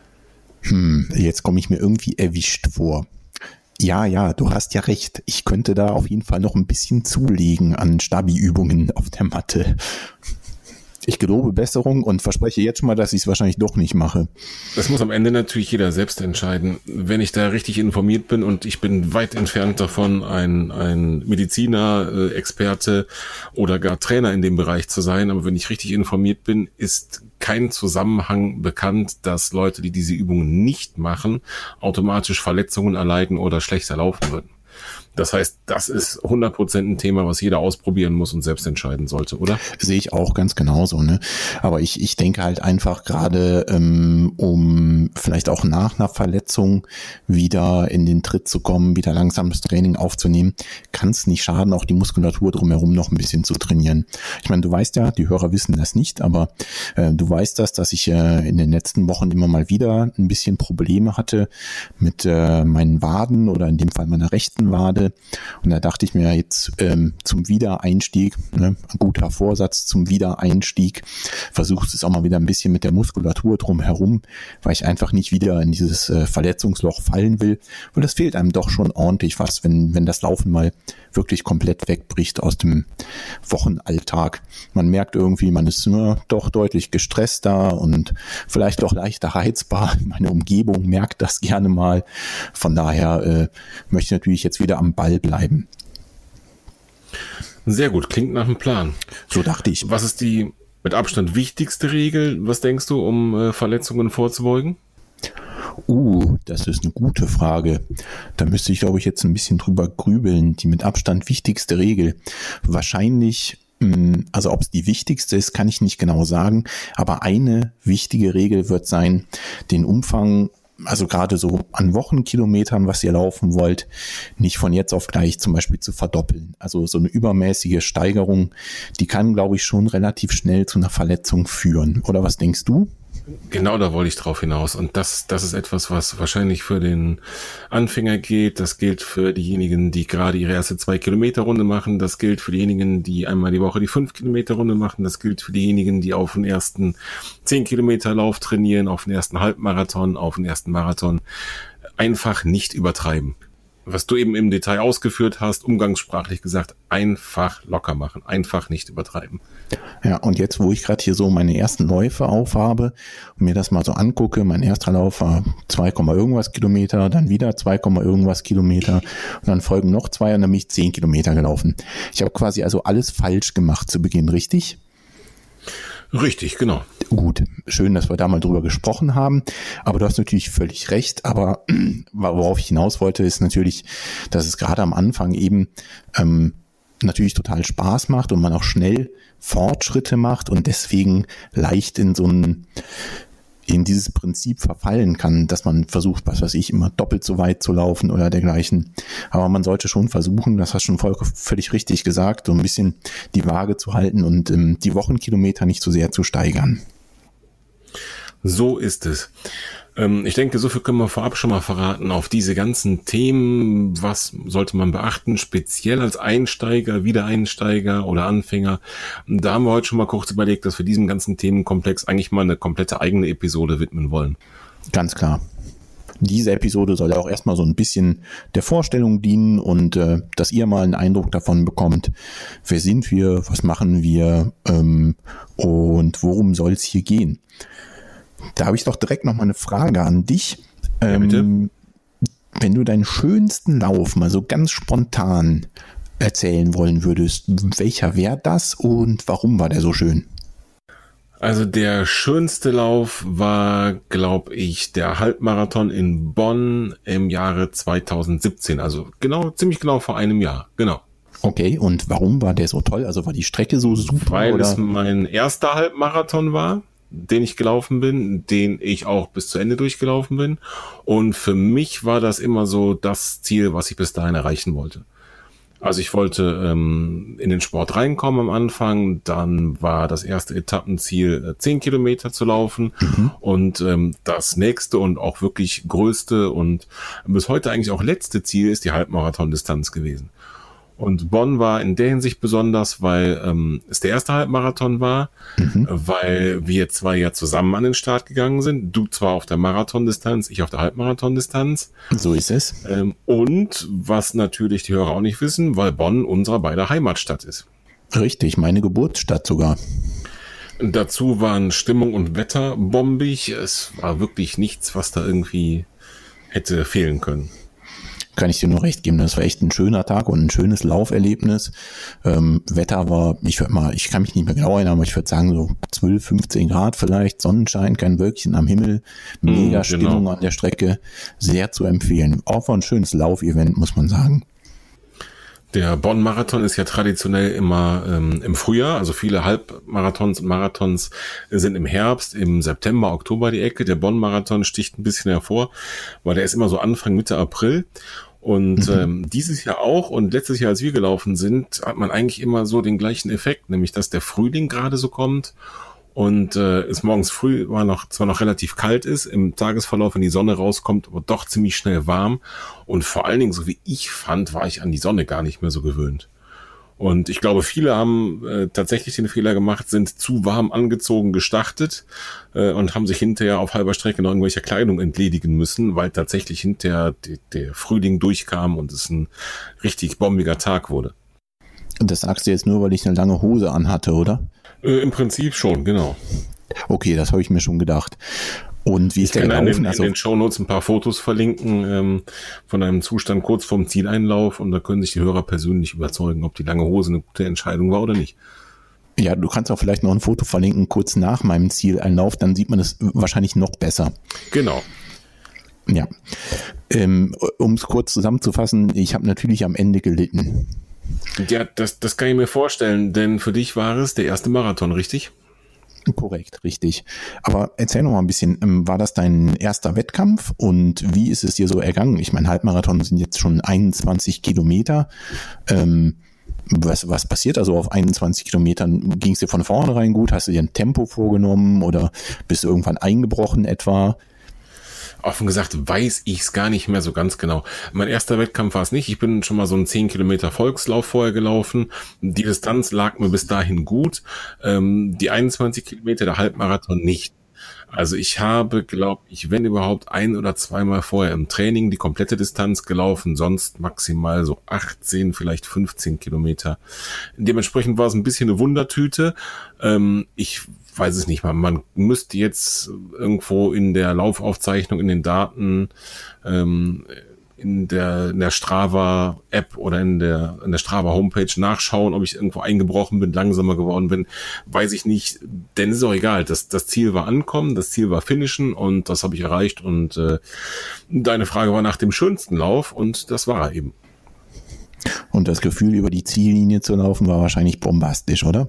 Jetzt komme ich mir irgendwie erwischt vor. Ja, du hast ja recht. Ich könnte da auf jeden Fall noch ein bisschen zulegen an Stabi-Übungen auf der Matte. Ich gelobe Besserung und verspreche jetzt schon mal, dass ich es wahrscheinlich doch nicht mache. Das muss am Ende natürlich jeder selbst entscheiden. Wenn ich da richtig informiert bin, und ich bin weit entfernt davon, ein Mediziner, Experte oder gar Trainer in dem Bereich zu sein, aber wenn ich richtig informiert bin, ist kein Zusammenhang bekannt, dass Leute, die diese Übungen nicht machen, automatisch Verletzungen erleiden oder schlechter laufen würden. Das heißt, das ist 100% ein Thema, was jeder ausprobieren muss und selbst entscheiden sollte, oder? Sehe ich auch ganz genauso, ne? Aber ich denke halt einfach gerade, um vielleicht auch nach einer Verletzung wieder in den Tritt zu kommen, wieder langsam das Training aufzunehmen, kann es nicht schaden, auch die Muskulatur drumherum noch ein bisschen zu trainieren. Ich meine, du weißt ja, die Hörer wissen das nicht, aber du weißt dass ich in den letzten Wochen immer mal wieder ein bisschen Probleme hatte mit meinen Waden oder in dem Fall meiner rechten Wade. Und da dachte ich mir jetzt zum Wiedereinstieg, ne, ein guter Vorsatz zum Wiedereinstieg, versuchst es auch mal wieder ein bisschen mit der Muskulatur drumherum, weil ich einfach nicht wieder in dieses Verletzungsloch fallen will. Und das fehlt einem doch schon ordentlich was, wenn das Laufen mal wirklich komplett wegbricht aus dem Wochenalltag. Man merkt irgendwie, man ist nur doch deutlich gestresster und vielleicht auch leichter reizbar. Meine Umgebung merkt das gerne mal. Von daher möchte ich natürlich jetzt wieder am Ball bleiben. Sehr gut, klingt nach einem Plan. So dachte ich. Was ist die mit Abstand wichtigste Regel, was denkst du, um Verletzungen vorzubeugen? Das ist eine gute Frage. Da müsste ich, glaube ich, jetzt ein bisschen drüber grübeln. Die mit Abstand wichtigste Regel. Wahrscheinlich, also ob es die wichtigste ist, kann ich nicht genau sagen. Aber eine wichtige Regel wird sein, den Umfang, also gerade so an Wochenkilometern, was ihr laufen wollt, nicht von jetzt auf gleich zum Beispiel zu verdoppeln. Also so eine übermäßige Steigerung, die kann, glaube ich, schon relativ schnell zu einer Verletzung führen. Oder was denkst du? Genau, da wollte ich drauf hinaus. Und das ist etwas, was wahrscheinlich für den Anfänger gilt. Das gilt für diejenigen, die gerade ihre erste 2-Kilometer-Runde machen. Das gilt für diejenigen, die einmal die Woche die 5-Kilometer-Runde machen. Das gilt für diejenigen, die auf den ersten 10-Kilometer-Lauf trainieren, auf den ersten Halbmarathon, auf den ersten Marathon. Einfach nicht übertreiben. Was du eben im Detail ausgeführt hast, umgangssprachlich gesagt, einfach locker machen, einfach nicht übertreiben. Ja, und jetzt, wo ich gerade hier so meine ersten Läufe aufhabe und mir das mal so angucke, mein erster Lauf war 2, irgendwas Kilometer, dann wieder 2, irgendwas Kilometer und dann folgen noch 2 und dann bin ich 10 Kilometer gelaufen. Ich habe quasi also alles falsch gemacht zu Beginn, richtig? Richtig, genau. Gut, schön, dass wir da mal drüber gesprochen haben, aber du hast natürlich völlig recht, aber worauf ich hinaus wollte, ist natürlich, dass es gerade am Anfang eben natürlich total Spaß macht und man auch schnell Fortschritte macht und deswegen leicht in dieses Prinzip verfallen kann, dass man versucht, was weiß ich, immer doppelt so weit zu laufen oder dergleichen. Aber man sollte schon versuchen, das hast du schon völlig richtig gesagt, so ein bisschen die Waage zu halten und die Wochenkilometer nicht so sehr zu steigern. So ist es. Ich denke, so viel können wir vorab schon mal verraten auf diese ganzen Themen. Was sollte man beachten, speziell als Einsteiger, Wiedereinsteiger oder Anfänger? Da haben wir heute schon mal kurz überlegt, dass wir diesem ganzen Themenkomplex eigentlich mal eine komplette eigene Episode widmen wollen. Ganz klar. Diese Episode soll ja auch erstmal so ein bisschen der Vorstellung dienen und dass ihr mal einen Eindruck davon bekommt, wer sind wir, was machen wir und worum soll es hier gehen. Da habe ich doch direkt noch mal eine Frage an dich. Ja, bitte. Wenn du deinen schönsten Lauf mal so ganz spontan erzählen wollen würdest, welcher wäre das und warum war der so schön? Also der schönste Lauf war, glaube ich, der Halbmarathon in Bonn im Jahre 2017. Also ziemlich genau vor einem Jahr. Genau. Okay, und warum war der so toll? Also war die Strecke so super? Weil es mein erster Halbmarathon war, den ich gelaufen bin, den ich auch bis zu Ende durchgelaufen bin. Und für mich war das immer so das Ziel, was ich bis dahin erreichen wollte. Also ich wollte in den Sport reinkommen am Anfang, dann war das erste Etappenziel 10 Kilometer zu laufen und das nächste und auch wirklich größte und bis heute eigentlich auch letzte Ziel ist die Halbmarathon-Distanz gewesen. Und Bonn war in der Hinsicht besonders, weil es der erste Halbmarathon war, weil wir zwei ja zusammen an den Start gegangen sind. Du zwar auf der Marathondistanz, ich auf der Halbmarathondistanz. So ist es. Und was natürlich die Hörer auch nicht wissen, weil Bonn unserer beider Heimatstadt ist. Richtig, meine Geburtsstadt sogar. Dazu waren Stimmung und Wetter bombig. Es war wirklich nichts, was da irgendwie hätte fehlen können. Kann ich dir nur recht geben. Das war echt ein schöner Tag und ein schönes Lauferlebnis. Wetter war, ich kann mich nicht mehr genau erinnern, aber ich würde sagen so 12, 15 Grad vielleicht, Sonnenschein, kein Wölkchen am Himmel, mega Stimmung an der Strecke, sehr zu empfehlen. Auch war ein schönes Laufevent, muss man sagen. Der Bonn-Marathon ist ja traditionell immer im Frühjahr, also viele Halbmarathons und Marathons sind im Herbst, im September, Oktober die Ecke. Der Bonn-Marathon sticht ein bisschen hervor, weil der ist immer so Anfang, Mitte April. Und dieses Jahr auch und letztes Jahr, als wir gelaufen sind, hat man eigentlich immer so den gleichen Effekt, nämlich dass der Frühling gerade so kommt und es morgens früh zwar noch relativ kalt ist, im Tagesverlauf, wenn die Sonne rauskommt, aber doch ziemlich schnell warm. Und vor allen Dingen, so wie ich fand, war ich an die Sonne gar nicht mehr so gewöhnt. Und ich glaube, viele haben tatsächlich den Fehler gemacht, sind zu warm angezogen gestartet und haben sich hinterher auf halber Strecke noch irgendwelcher Kleidung entledigen müssen, weil tatsächlich hinterher der Frühling durchkam und es ein richtig bombiger Tag wurde. Das sagst du jetzt nur, weil ich eine lange Hose anhatte, oder? Im Prinzip schon, genau. Okay, das habe ich mir schon gedacht. Und wie ist der gelaufen? Ich kann in den Shownotes ein paar Fotos verlinken von einem Zustand kurz vorm Zieleinlauf und da können sich die Hörer persönlich überzeugen, ob die lange Hose eine gute Entscheidung war oder nicht. Ja, du kannst auch vielleicht noch ein Foto verlinken, kurz nach meinem Zieleinlauf, dann sieht man es wahrscheinlich noch besser. Genau. Ja, um es kurz zusammenzufassen, ich habe natürlich am Ende gelitten. Ja, das kann ich mir vorstellen, denn für dich war es der erste Marathon, richtig? Korrekt, richtig. Aber erzähl noch mal ein bisschen, war das dein erster Wettkampf und wie ist es dir so ergangen? Ich meine, Halbmarathon sind jetzt schon 21 Kilometer. Was passiert also auf 21 Kilometern? Ging es dir von vornherein gut? Hast du dir ein Tempo vorgenommen oder bist du irgendwann eingebrochen etwa? Offen gesagt weiß ich es gar nicht mehr so ganz genau. Mein erster Wettkampf war es nicht. Ich bin schon mal so einen 10 Kilometer Volkslauf vorher gelaufen. Die Distanz lag mir bis dahin gut. Die 21 Kilometer der Halbmarathon nicht. Also ich habe, glaube ich, wenn überhaupt ein oder zweimal vorher im Training die komplette Distanz gelaufen, sonst maximal so 18, vielleicht 15 Kilometer. Dementsprechend war es ein bisschen eine Wundertüte. Ich weiß es nicht mal. Man müsste jetzt irgendwo in der Laufaufzeichnung, in den Daten, in der Strava-App oder in der Strava-Homepage nachschauen, ob ich irgendwo eingebrochen bin, langsamer geworden bin, weiß ich nicht, denn es ist auch egal. Das Ziel war ankommen, das Ziel war finishen und das habe ich erreicht und deine Frage war nach dem schönsten Lauf und das war er eben. Und das Gefühl, über die Ziellinie zu laufen, war wahrscheinlich bombastisch, oder?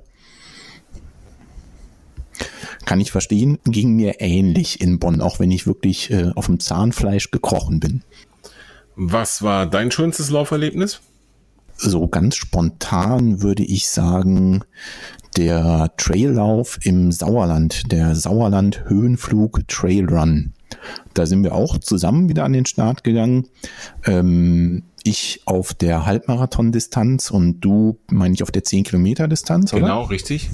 Kann ich verstehen, ging mir ähnlich in Bonn, auch wenn ich wirklich auf dem Zahnfleisch gekrochen bin. Was war dein schönstes Lauferlebnis? So ganz spontan würde ich sagen, der Traillauf im Sauerland, der Sauerland Höhenflug Trailrun. Da sind wir auch zusammen wieder an den Start gegangen. Ich auf der Halbmarathon-Distanz und du, meine ich, auf der 10-Kilometer-Distanz, oder? Genau, richtig.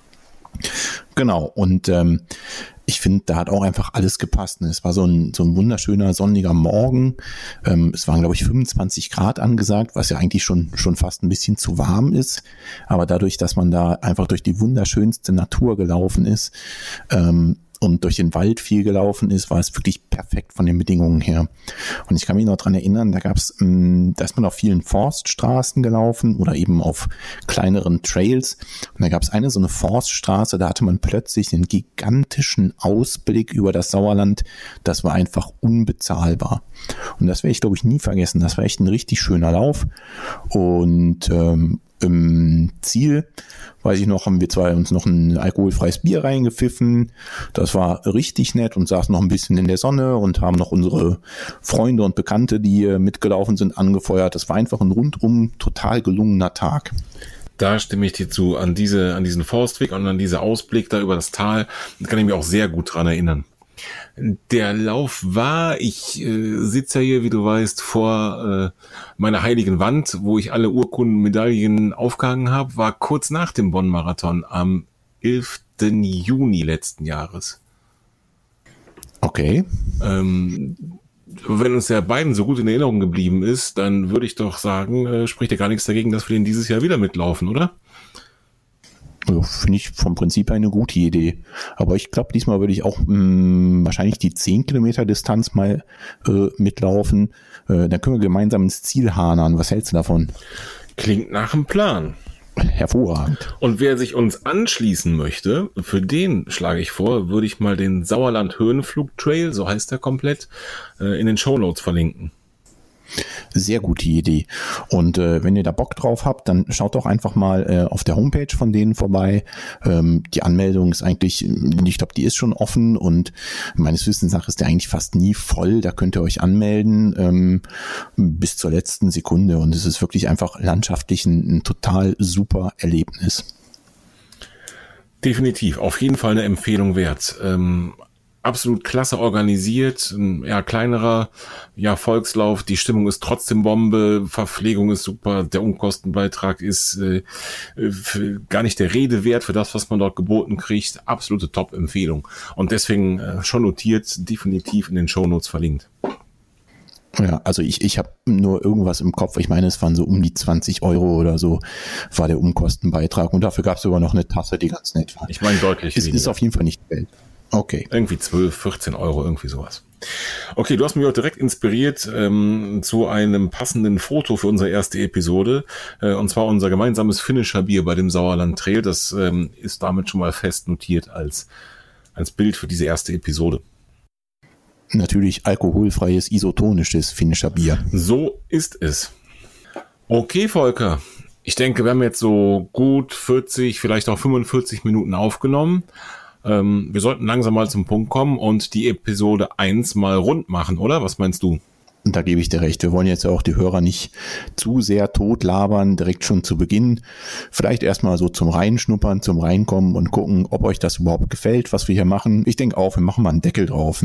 Genau, und ich finde, da hat auch einfach alles gepasst. Es war so ein wunderschöner sonniger Morgen. Es waren, glaube ich, 25 Grad angesagt, was ja eigentlich schon fast ein bisschen zu warm ist. Aber dadurch, dass man da einfach durch die wunderschönste Natur gelaufen ist und durch den Wald viel gelaufen ist, war es wirklich perfekt von den Bedingungen her. Und ich kann mich noch dran erinnern, da ist man auf vielen Forststraßen gelaufen oder eben auf kleineren Trails. Und da gab es so eine Forststraße, da hatte man plötzlich einen gigantischen Ausblick über das Sauerland. Das war einfach unbezahlbar. Und das werde ich, glaube ich, nie vergessen. Das war echt ein richtig schöner Lauf. Und im Ziel, weiß ich noch, haben wir zwei uns noch ein alkoholfreies Bier reingepfiffen. Das war richtig nett und saßen noch ein bisschen in der Sonne und haben noch unsere Freunde und Bekannte, die mitgelaufen sind, angefeuert. Das war einfach ein rundum total gelungener Tag. Da stimme ich dir zu. An diesen Forstweg und an diesen Ausblick da über das Tal, da kann ich mich auch sehr gut dran erinnern. Der Lauf war, ich sitze ja hier, wie du weißt, vor meiner heiligen Wand, wo ich alle Urkunden, Medaillen aufgehangen habe, war kurz nach dem Bonn-Marathon am 11. Juni letzten Jahres. Okay. Wenn uns der beiden so gut in Erinnerung geblieben ist, dann würde ich doch sagen, spricht ja gar nichts dagegen, dass wir den dieses Jahr wieder mitlaufen, oder? Also finde ich vom Prinzip her eine gute Idee. Aber ich glaube, diesmal würde ich auch wahrscheinlich die 10 Kilometer Distanz mal mitlaufen. Dann können wir gemeinsam ins Ziel hanern. Was hältst du davon? Klingt nach einem Plan. Hervorragend. Und wer sich uns anschließen möchte, für den schlage ich vor, würde ich mal den Sauerland-Höhenflug-Trail, so heißt der komplett, in den Shownotes verlinken. Sehr gute Idee. Und wenn ihr da Bock drauf habt, dann schaut doch einfach mal auf der Homepage von denen vorbei. Die Anmeldung ist eigentlich, ich glaube, die ist schon offen und meines Wissens nach ist der eigentlich fast nie voll. Da könnt ihr euch anmelden bis zur letzten Sekunde und es ist wirklich einfach landschaftlich ein total super Erlebnis. Definitiv, auf jeden Fall eine Empfehlung wert. Absolut klasse organisiert, ein eher kleinerer Volkslauf, die Stimmung ist trotzdem Bombe, Verpflegung ist super, der Unkostenbeitrag ist gar nicht der Rede wert für das, was man dort geboten kriegt, absolute Top-Empfehlung und deswegen schon notiert, definitiv in den Shownotes verlinkt. Ja, also ich habe nur irgendwas im Kopf, ich meine, es waren so um die 20 Euro oder so, war der Unkostenbeitrag und dafür gab es sogar noch eine Tasse, die ganz nett war. Ich meine deutlich weniger. Ist auf jeden Fall nicht Geld. Okay. Irgendwie 12, 14 Euro, irgendwie sowas. Okay, du hast mich auch direkt inspiriert zu einem passenden Foto für unsere erste Episode. Und zwar unser gemeinsames Finisher-Bier bei dem Sauerland Trail. Das ist damit schon mal fest notiert als Bild für diese erste Episode. Natürlich alkoholfreies, isotonisches Finisher-Bier. So ist es. Okay, Volker. Ich denke, wir haben jetzt so gut 40, vielleicht auch 45 Minuten aufgenommen. Wir sollten langsam mal zum Punkt kommen und die Episode 1 mal rund machen, oder? Was meinst du? Und da gebe ich dir recht. Wir wollen jetzt ja auch die Hörer nicht zu sehr totlabern, direkt schon zu Beginn. Vielleicht erstmal so zum Reinschnuppern, zum Reinkommen und gucken, ob euch das überhaupt gefällt, was wir hier machen. Ich denke auch, wir machen mal einen Deckel drauf.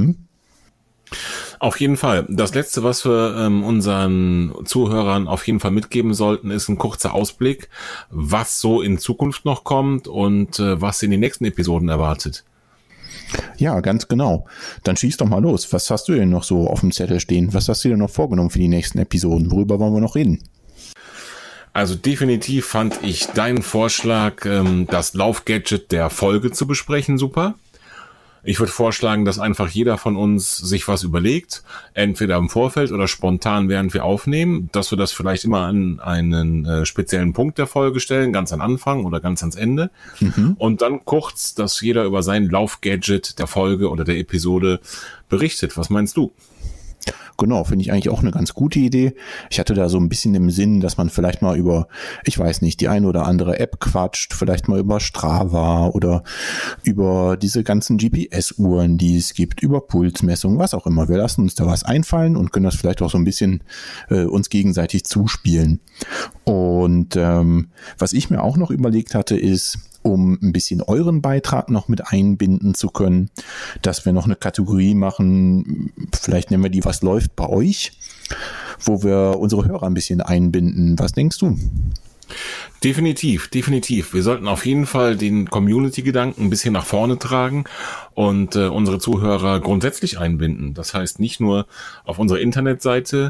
Auf jeden Fall. Das Letzte, was wir unseren Zuhörern auf jeden Fall mitgeben sollten, ist ein kurzer Ausblick, was so in Zukunft noch kommt und was in den nächsten Episoden erwartet. Ja, ganz genau. Dann schieß doch mal los. Was hast du denn noch so auf dem Zettel stehen? Was hast du dir noch vorgenommen für die nächsten Episoden? Worüber wollen wir noch reden? Also definitiv fand ich deinen Vorschlag, das Laufgadget der Folge zu besprechen, super. Ich würde vorschlagen, dass einfach jeder von uns sich was überlegt, entweder im Vorfeld oder spontan, während wir aufnehmen, dass wir das vielleicht immer an einen speziellen Punkt der Folge stellen, ganz am Anfang oder ganz ans Ende. Und dann kurz, dass jeder über sein Laufgadget der Folge oder der Episode berichtet. Was meinst du? Genau, finde ich eigentlich auch eine ganz gute Idee. Ich hatte da so ein bisschen im Sinn, dass man vielleicht mal über, ich weiß nicht, die eine oder andere App quatscht, vielleicht mal über Strava oder über diese ganzen GPS-Uhren, die es gibt, über Pulsmessungen, was auch immer. Wir lassen uns da was einfallen und können das vielleicht auch so ein bisschen uns gegenseitig zuspielen. Und was ich mir auch noch überlegt hatte, ist, um ein bisschen euren Beitrag noch mit einbinden zu können, dass wir noch eine Kategorie machen, vielleicht nennen wir die "Was läuft bei euch?", wo wir unsere Hörer ein bisschen einbinden. Was denkst du? Definitiv. Wir sollten auf jeden Fall den Community-Gedanken ein bisschen nach vorne tragen und unsere Zuhörer grundsätzlich einbinden. Das heißt nicht nur auf unserer Internetseite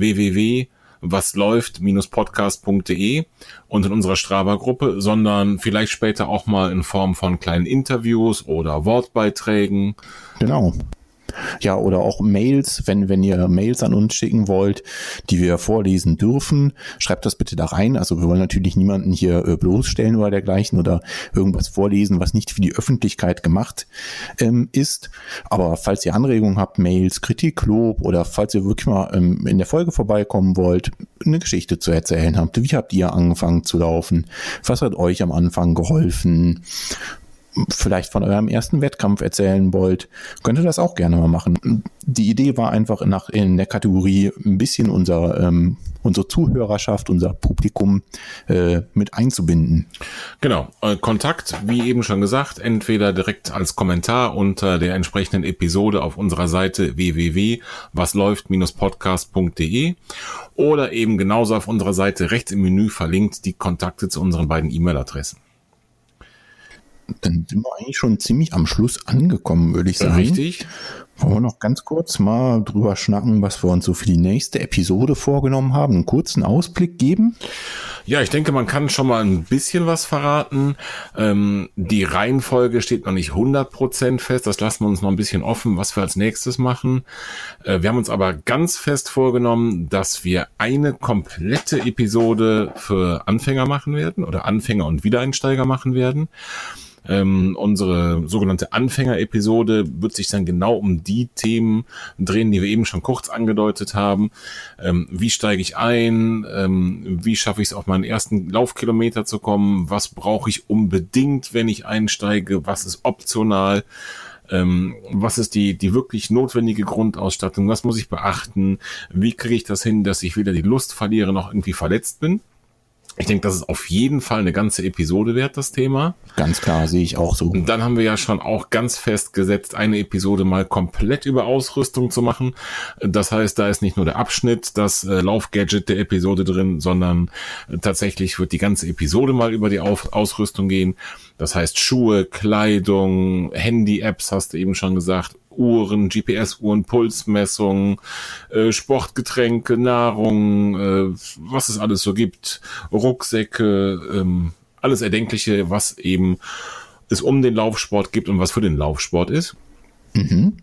www.wasläuft-podcast.de und in unserer Strava-Gruppe, sondern vielleicht später auch mal in Form von kleinen Interviews oder Wortbeiträgen. Genau. Ja, oder auch Mails, wenn ihr Mails an uns schicken wollt, die wir vorlesen dürfen, schreibt das bitte da rein. Also wir wollen natürlich niemanden hier bloßstellen oder dergleichen oder irgendwas vorlesen, was nicht für die Öffentlichkeit gemacht ist. Aber falls ihr Anregungen habt, Mails, Kritik, Lob oder falls ihr wirklich mal in der Folge vorbeikommen wollt, eine Geschichte zu erzählen habt, wie habt ihr angefangen zu laufen? Was hat euch am Anfang geholfen? Vielleicht von eurem ersten Wettkampf erzählen wollt, könnt ihr das auch gerne mal machen. Die Idee war einfach in der Kategorie ein bisschen unsere Zuhörerschaft, unser Publikum mit einzubinden. Genau, Kontakt, wie eben schon gesagt, entweder direkt als Kommentar unter der entsprechenden Episode auf unserer Seite www.wasläuft-podcast.de oder eben genauso auf unserer Seite rechts im Menü verlinkt die Kontakte zu unseren beiden E-Mail-Adressen. Dann sind wir eigentlich schon ziemlich am Schluss angekommen, würde ich sagen. Richtig. Wollen wir noch ganz kurz mal drüber schnacken, was wir uns so für die nächste Episode vorgenommen haben? Einen kurzen Ausblick geben? Ja, ich denke, man kann schon mal ein bisschen was verraten. Die Reihenfolge steht noch nicht 100% fest. Das lassen wir uns noch ein bisschen offen, was wir als nächstes machen. Wir haben uns aber ganz fest vorgenommen, dass wir eine komplette Episode für Anfänger machen werden oder Anfänger und Wiedereinsteiger machen werden. Unsere sogenannte Anfänger-Episode wird sich dann genau um die Themen drehen, die wir eben schon kurz angedeutet haben. Wie steige ich ein? Wie schaffe ich es, auf meinen ersten Laufkilometer zu kommen? Was brauche ich unbedingt, wenn ich einsteige? Was ist optional? Was ist die wirklich notwendige Grundausstattung? Was muss ich beachten? Wie kriege ich das hin, dass ich weder die Lust verliere noch irgendwie verletzt bin? Ich denke, das ist auf jeden Fall eine ganze Episode wert, das Thema. Ganz klar, sehe ich auch so. Und dann haben wir ja schon auch ganz festgesetzt, eine Episode mal komplett über Ausrüstung zu machen. Das heißt, da ist nicht nur der Abschnitt, das Laufgadget der Episode drin, sondern tatsächlich wird die ganze Episode mal über die Ausrüstung gehen. Das heißt Schuhe, Kleidung, Handy-Apps, hast du eben schon gesagt, Uhren, GPS-Uhren, Pulsmessungen, Sportgetränke, Nahrung, was es alles so gibt, Rucksäcke, alles Erdenkliche, was eben es um den Laufsport gibt und was für den Laufsport ist. Mhm.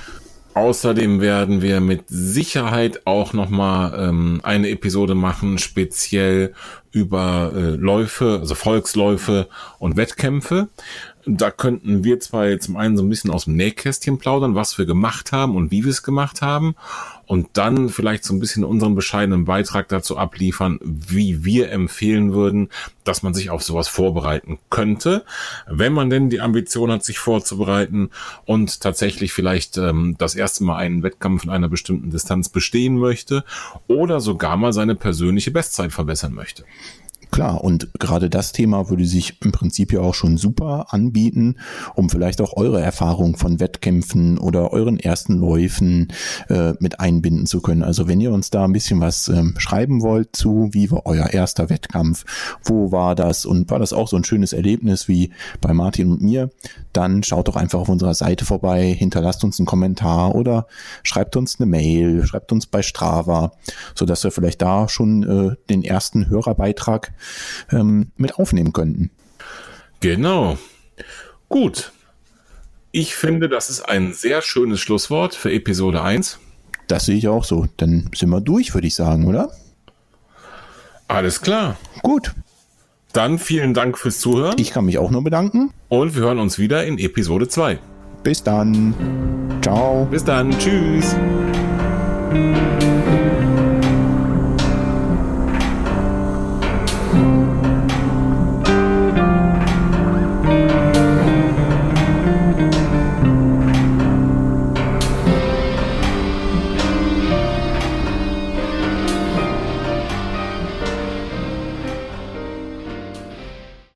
Außerdem werden wir mit Sicherheit auch nochmal eine Episode machen, speziell über Läufe, also Volksläufe und Wettkämpfe. Da könnten wir zwar zum einen so ein bisschen aus dem Nähkästchen plaudern, was wir gemacht haben und wie wir es gemacht haben, und dann vielleicht so ein bisschen unseren bescheidenen Beitrag dazu abliefern, wie wir empfehlen würden, dass man sich auf sowas vorbereiten könnte, wenn man denn die Ambition hat, sich vorzubereiten und tatsächlich vielleicht das erste Mal einen Wettkampf in einer bestimmten Distanz bestehen möchte oder sogar mal seine persönliche Bestzeit verbessern möchte. Klar, und gerade das Thema würde sich im Prinzip ja auch schon super anbieten, um vielleicht auch eure Erfahrung von Wettkämpfen oder euren ersten Läufen mit einbinden zu können. Also wenn ihr uns da ein bisschen was schreiben wollt zu, wie war euer erster Wettkampf, wo war das und war das auch so ein schönes Erlebnis wie bei Martin und mir, dann schaut doch einfach auf unserer Seite vorbei, hinterlasst uns einen Kommentar oder schreibt uns eine Mail, schreibt uns bei Strava, sodass wir vielleicht da schon den ersten Hörerbeitrag mit aufnehmen könnten. Genau. Gut. Ich finde, das ist ein sehr schönes Schlusswort für Episode 1. Das sehe ich auch so. Dann sind wir durch, würde ich sagen, oder? Alles klar. Gut. Dann vielen Dank fürs Zuhören. Ich kann mich auch nur bedanken. Und wir hören uns wieder in Episode 2. Bis dann. Ciao. Bis dann. Tschüss.